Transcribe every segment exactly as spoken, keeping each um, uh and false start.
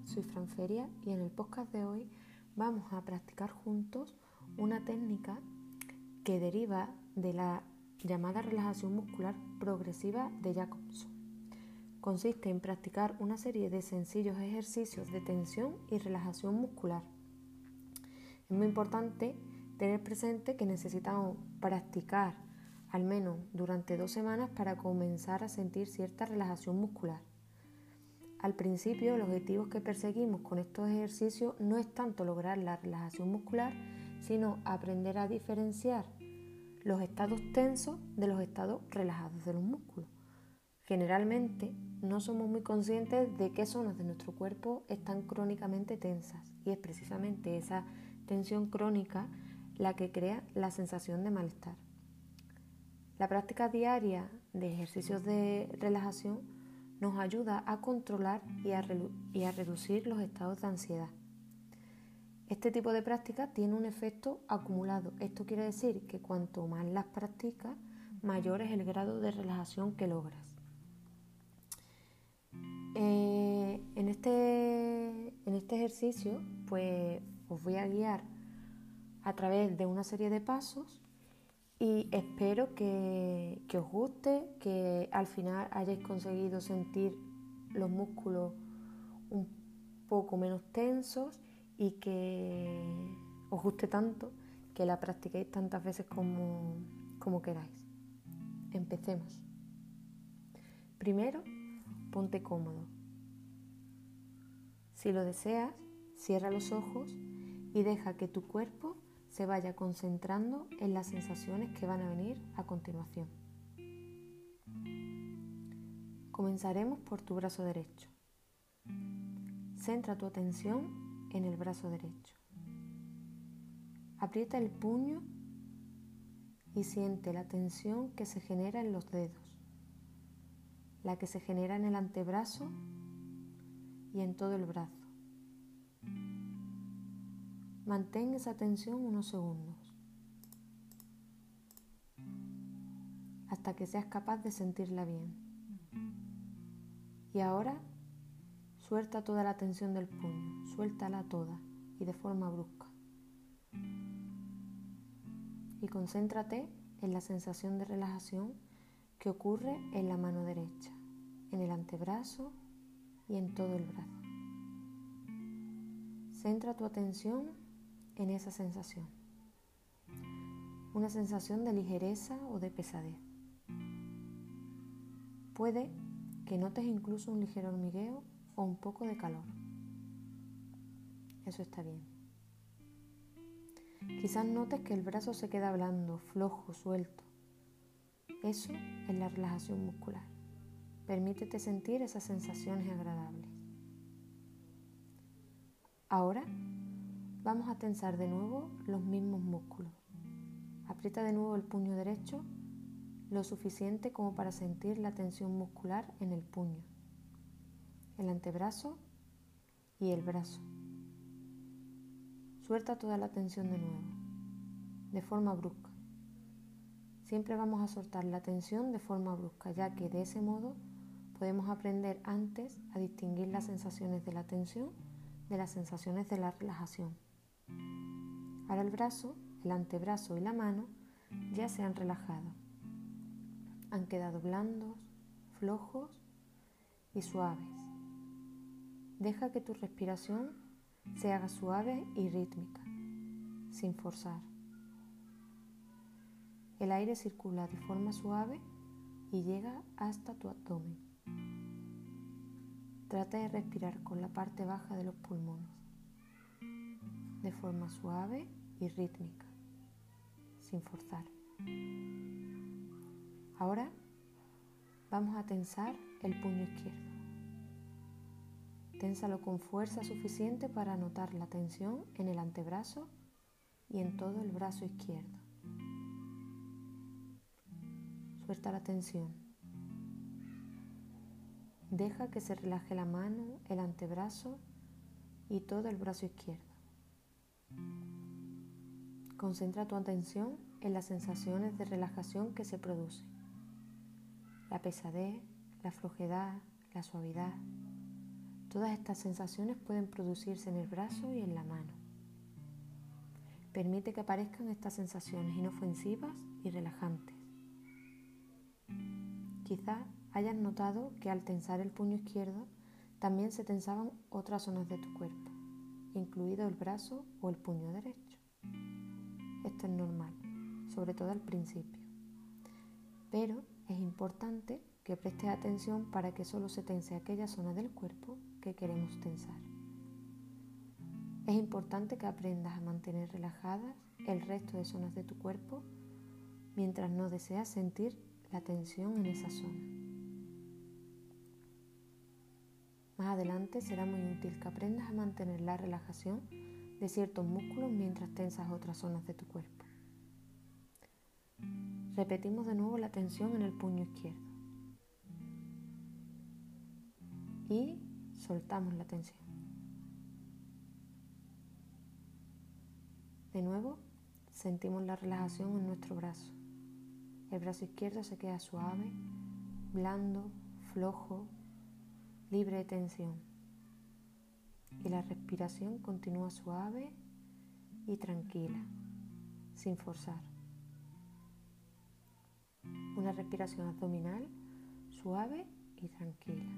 soy Fran Feria y en el podcast de hoy vamos a practicar juntos una técnica que deriva de la llamada relajación muscular progresiva de Jacobson. Consiste en practicar una serie de sencillos ejercicios de tensión y relajación muscular. Es muy importante tener presente que necesitamos practicar al menos durante dos semanas para comenzar a sentir cierta relajación muscular. Al principio, los objetivos que perseguimos con estos ejercicios no es tanto lograr la relajación muscular, sino aprender a diferenciar los estados tensos de los estados relajados de los músculos. Generalmente, no somos muy conscientes de qué zonas de nuestro cuerpo están crónicamente tensas, y es precisamente esa tensión crónica la que crea la sensación de malestar. La práctica diaria de ejercicios de relajación nos ayuda a controlar y a, y a reducir los estados de ansiedad. Este tipo de práctica tiene un efecto acumulado. Esto quiere decir que cuanto más las practicas, mayor es el grado de relajación que logras. Eh, en, este, en este ejercicio, pues os voy a guiar a través de una serie de pasos y espero que, que os guste, que al final hayáis conseguido sentir los músculos un poco menos tensos y que os guste tanto que la practiquéis tantas veces como, como queráis. Empecemos. Primero, ponte cómodo. Si lo deseas, cierra los ojos y deja que tu cuerpo se vaya concentrando en las sensaciones que van a venir a continuación. Comenzaremos por tu brazo derecho. Centra tu atención en el brazo derecho. Aprieta el puño y siente la tensión que se genera en los dedos, la que se genera en el antebrazo y en todo el brazo. Mantén esa tensión unos segundos hasta que seas capaz de sentirla bien. Y ahora suelta toda la tensión del puño, suéltala toda y de forma brusca. Y concéntrate en la sensación de relajación que ocurre en la mano derecha, en el antebrazo y en todo el brazo. Centra tu atención en esa sensación, una sensación de ligereza o de pesadez. Puede que notes incluso un ligero hormigueo o un poco de calor. Eso está bien. Quizás notes que el brazo se queda blando, flojo, suelto. Eso es la relajación muscular. Permítete sentir esas sensaciones agradables. Ahora vamos a tensar de nuevo los mismos músculos. Aprieta de nuevo el puño derecho lo suficiente como para sentir la tensión muscular en el puño, el antebrazo y el brazo. Suelta toda la tensión de nuevo, de forma brusca. Siempre vamos a soltar la tensión de forma brusca, ya que de ese modo podemos aprender antes a distinguir las sensaciones de la tensión de las sensaciones de la relajación. Ahora el brazo, el antebrazo y la mano ya se han relajado. Han quedado blandos, flojos y suaves. Deja que tu respiración se haga suave y rítmica, sin forzar. El aire circula de forma suave y llega hasta tu abdomen. Trata de respirar con la parte baja de los pulmones, de forma suave y rítmica, sin forzar. Ahora vamos a tensar el puño izquierdo. Ténsalo con fuerza suficiente para notar la tensión en el antebrazo y en todo el brazo izquierdo. Suelta la tensión. Deja que se relaje la mano, el antebrazo y todo el brazo izquierdo. Concentra tu atención en las sensaciones de relajación que se producen. La pesadez, la flojedad, la suavidad. Todas estas sensaciones pueden producirse en el brazo y en la mano. Permite que aparezcan estas sensaciones inofensivas y relajantes. Quizás hayas notado que al tensar el puño izquierdo también se tensaban otras zonas de tu cuerpo, incluido el brazo o el puño derecho. Esto es normal, sobre todo al principio. Pero es importante que prestes atención para que solo se tense aquella zona del cuerpo que queremos tensar. Es importante que aprendas a mantener relajadas el resto de zonas de tu cuerpo mientras no deseas sentir la tensión en esa zona. Más adelante será muy útil que aprendas a mantener la relajación de ciertos músculos mientras tensas otras zonas de tu cuerpo. Repetimos de nuevo la tensión en el puño izquierdo y soltamos la tensión. De nuevo, sentimos la relajación en nuestro brazo. El brazo izquierdo se queda suave, blando, flojo, libre de tensión. Y la respiración continúa suave y tranquila, sin forzar. Una respiración abdominal suave y tranquila.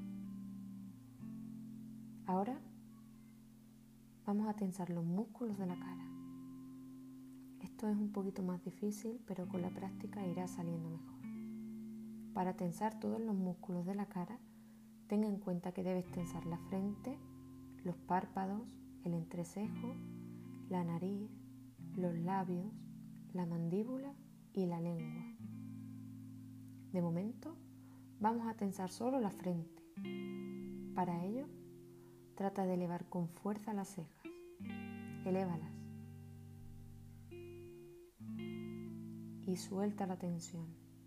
Ahora vamos a tensar los músculos de la cara. Esto es un poquito más difícil, pero con la práctica irá saliendo mejor. Para tensar todos los músculos de la cara, ten en cuenta que debes tensar la frente, los párpados, el entrecejo, la nariz, los labios, la mandíbula y la lengua. De momento, vamos a tensar solo la frente. Para ello, trata de elevar con fuerza las cejas. Elévalas. Y suelta la tensión.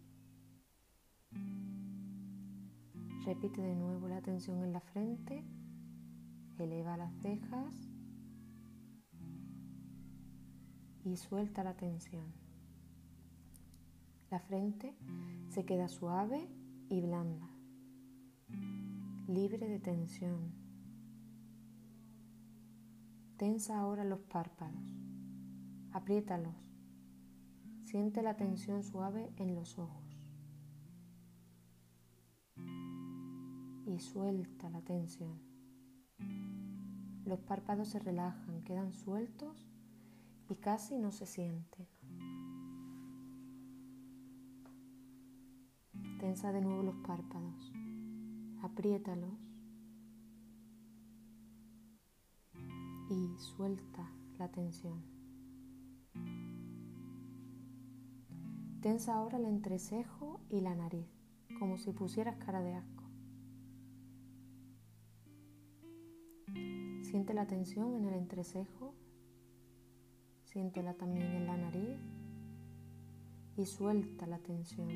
Repite de nuevo la tensión en la frente. Eleva las cejas. Y suelta la tensión. La frente se queda suave y blanda, libre de tensión. Tensa ahora los párpados. Apriétalos. Siente la tensión suave en los ojos. Y suelta la tensión. Los párpados se relajan, quedan sueltos y casi no se sienten. Tensa de nuevo los párpados. Apriétalos. Y suelta la tensión. Tensa ahora el entrecejo y la nariz, como si pusieras cara de asco. Siente la tensión en el entrecejo, siéntela también en la nariz y suelta la tensión.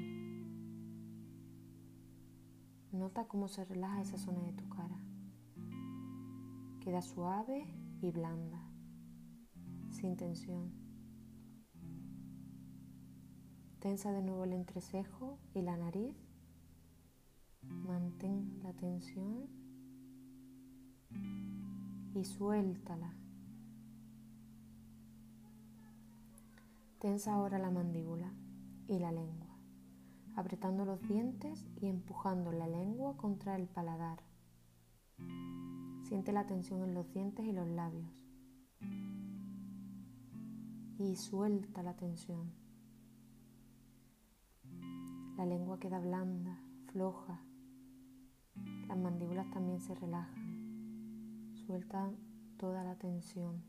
Nota cómo se relaja esa zona de tu cara. Queda suave y blanda, sin tensión. Tensa de nuevo el entrecejo y la nariz. Mantén la tensión y suéltala. Tensa ahora la mandíbula y la lengua, apretando los dientes y empujando la lengua contra el paladar. Siente la tensión en los dientes y los labios. Y suelta la tensión. La lengua queda blanda, floja. Las mandíbulas también se relajan. Suelta toda la tensión.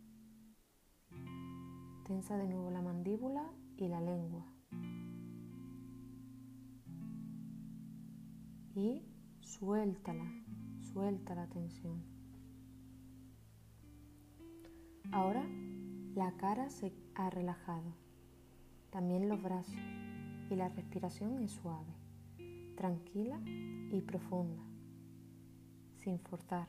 Tensa de nuevo la mandíbula y la lengua. Y suéltala, suelta la tensión. Ahora la cara se ha relajado, también los brazos, y la respiración es suave, tranquila y profunda, sin forzar.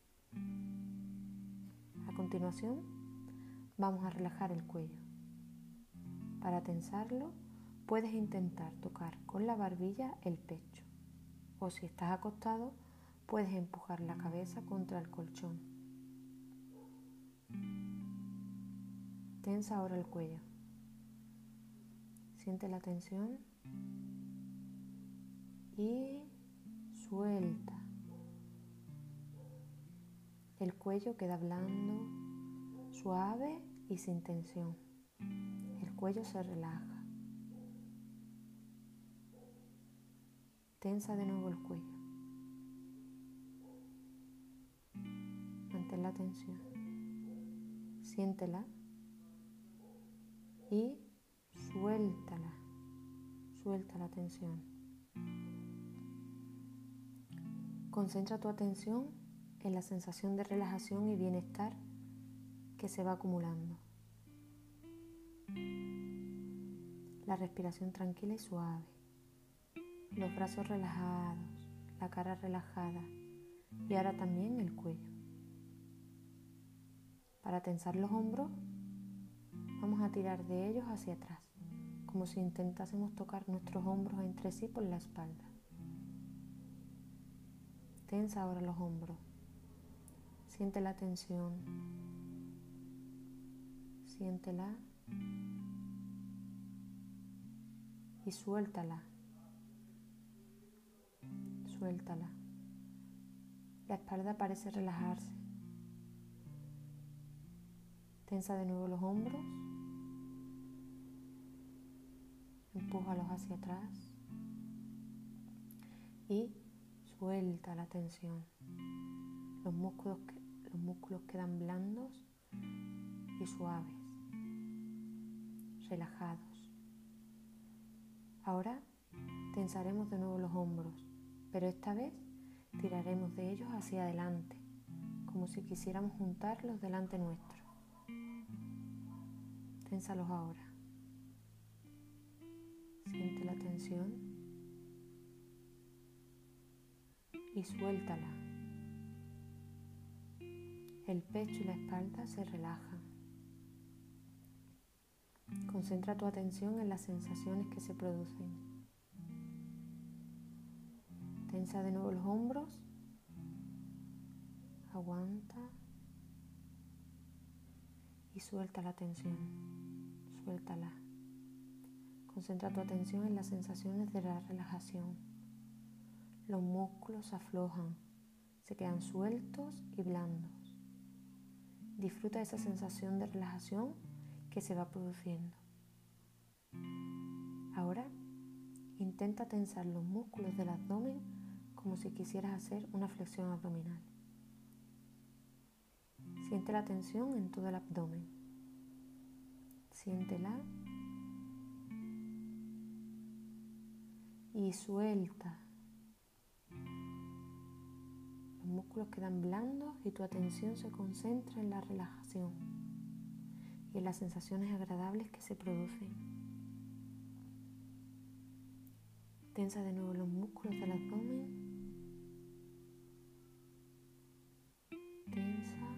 A continuación, vamos a relajar el cuello. Para tensarlo, puedes intentar tocar con la barbilla el pecho, o si estás acostado, Puedes empujar la cabeza contra el colchón. Tensa ahora el cuello. Siente la tensión y suelta. El cuello queda blando, suave y sin tensión. El cuello se relaja. Tensa de nuevo el cuello. Mantén la tensión. Siéntela y suéltala. Suelta la tensión. Concentra tu atención en la sensación de relajación y bienestar que se va acumulando. La respiración tranquila y suave. Los brazos relajados, la cara relajada y ahora también el cuello. Para tensar los hombros, vamos a tirar de ellos hacia atrás, como si intentásemos tocar nuestros hombros entre sí por la espalda. Tensa ahora los hombros. Siente la tensión. Siéntela y suéltala. Suéltala. La espalda parece relajarse. Tensa de nuevo los hombros. Empújalos hacia atrás. Y suelta la tensión. Los músculos, los músculos quedan blandos y suaves, relajados. Ahora tensaremos de nuevo los hombros, pero esta vez tiraremos de ellos hacia adelante, como si quisiéramos juntarlos delante nuestro. Ténsalos ahora. Siente la tensión y suéltala. El pecho y la espalda se relajan. Concentra tu atención en las sensaciones que se producen. Tensa de nuevo los hombros. Aguanta. Y suelta la tensión. Suéltala. Concentra tu atención en las sensaciones de la relajación. Los músculos se aflojan, se quedan sueltos y blandos. Disfruta de esa sensación de relajación que se va produciendo. Ahora intenta tensar los músculos del abdomen como si quisieras hacer una flexión abdominal. Siente la tensión en todo el abdomen. Siéntela y suelta. Los músculos quedan blandos y tu atención se concentra en la relajación y en las sensaciones agradables que se producen. Tensa de nuevo los músculos del abdomen. Tensa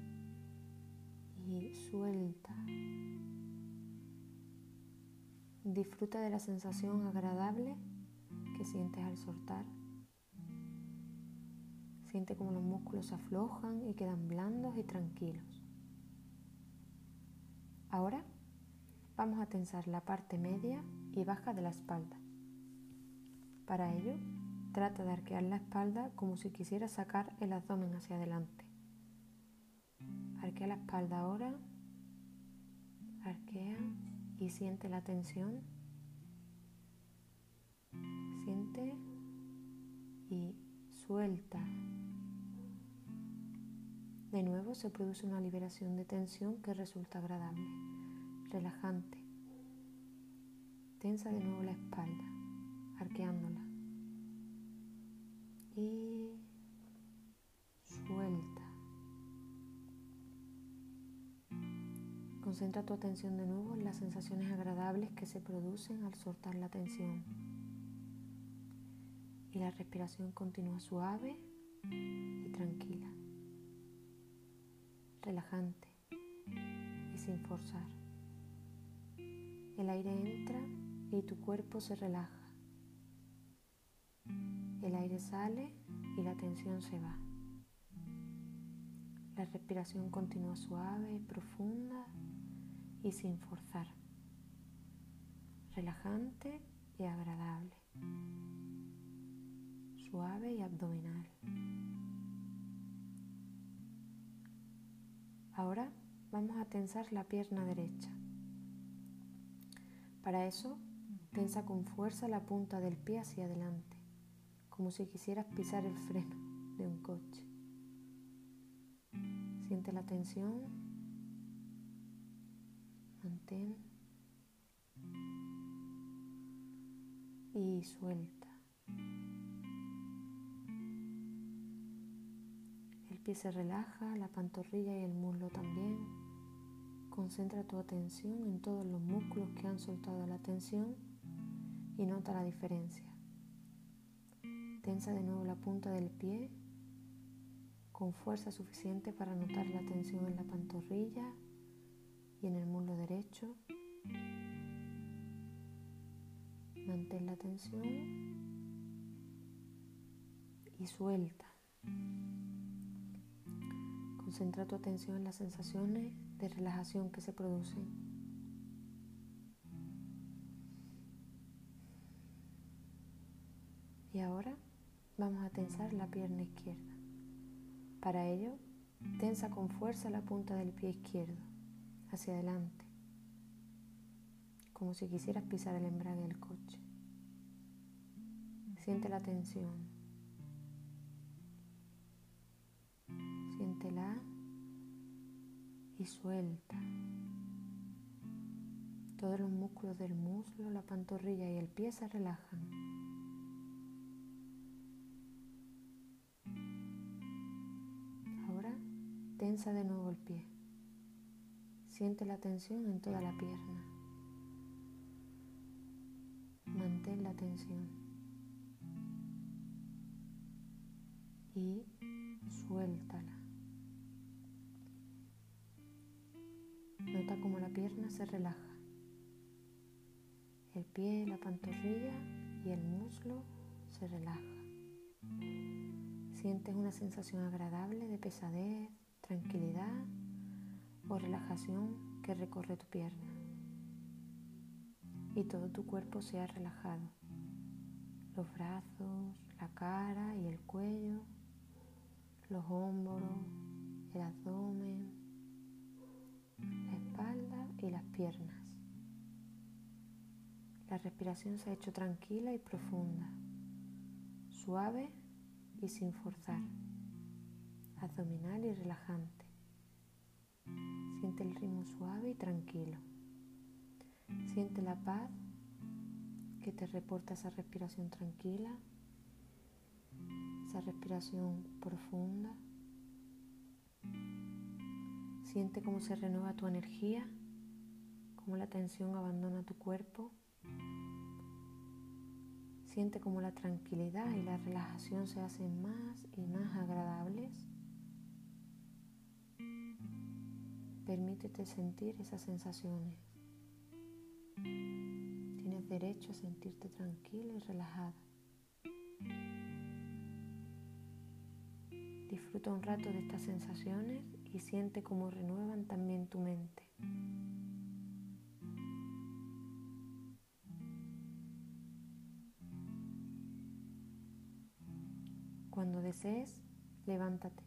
y suelta. Disfruta de la sensación agradable que sientes al soltar. Siente como los músculos se aflojan y quedan blandos y tranquilos. Ahora vamos a tensar la parte media y baja de la espalda. Para ello, trata de arquear la espalda como si quisieras sacar el abdomen hacia adelante. Arquea la espalda ahora. Arquea y siente la tensión. Siente y suelta. De nuevo se produce una liberación de tensión que resulta agradable, relajante. Tensa de nuevo la espalda, arqueándola. Y suelta. Concentra tu atención de nuevo en las sensaciones agradables que se producen al soltar la tensión. Y la respiración continúa suave y tranquila, relajante y sin forzar. El aire entra y tu cuerpo se relaja. El aire aire sale y la tensión se va. La respiración continúa suave y profunda y sin forzar. Relajante y agradable. Suave y abdominal. Ahora vamos a tensar la pierna derecha. Para eso, tensa con fuerza la punta del pie hacia adelante, como si quisieras pisar el freno de un coche. Siente la tensión, mantén y suelta. El pie se relaja, la pantorrilla y el muslo también. Concentra tu atención en todos los músculos que han soltado la tensión y nota la diferencia. Tensa de nuevo la punta del pie con fuerza suficiente para notar la tensión en la pantorrilla y en el muslo derecho. Mantén la tensión y suelta. Concentra tu atención en las sensaciones de relajación que se producen. Y ahora vamos a tensar la pierna izquierda. Para ello, tensa con fuerza la punta del pie izquierdo hacia adelante, como si quisieras pisar el embrague del coche. Siente la tensión. Siéntela y suelta. Todos los músculos del muslo, la pantorrilla y el pie se relajan. Ahora tensa de nuevo el pie. Siente la tensión en toda la pierna. Mantén la tensión. Y suéltala. Nota cómo la pierna se relaja. El pie, la pantorrilla y el muslo se relajan. Sientes una sensación agradable de pesadez, tranquilidad o relajación que recorre tu pierna. Y todo tu cuerpo se ha relajado. Los brazos, la cara y el cuello, los hombros, el abdomen, la espalda y las piernas. La respiración se ha hecho tranquila y profunda, suave y sin forzar, abdominal y relajante. Siente el ritmo suave y tranquilo. Siente la paz que te reporta esa respiración tranquila, esa respiración profunda. Siente cómo se renueva tu energía, cómo la tensión abandona tu cuerpo. Siente cómo la tranquilidad y la relajación se hacen más y más agradables. Permítete sentir esas sensaciones. Tienes derecho a sentirte tranquila y relajada. Disfruta un rato de estas sensaciones y siente cómo renuevan también tu mente. Cuando desees, levántate.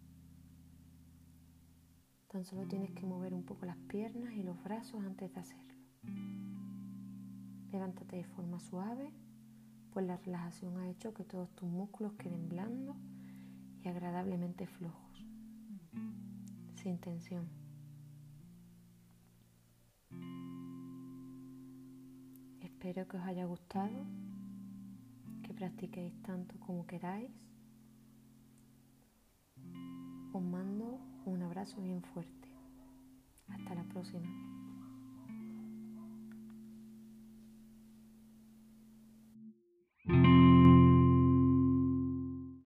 Tan solo tienes que mover un poco las piernas y los brazos antes de hacerlo. Levántate de forma suave, pues la relajación ha hecho que todos tus músculos queden blandos y agradablemente flojos, sin tensión. Espero que os haya gustado, que practiquéis tanto como queráis. Os mando un abrazo bien fuerte. Hasta la próxima.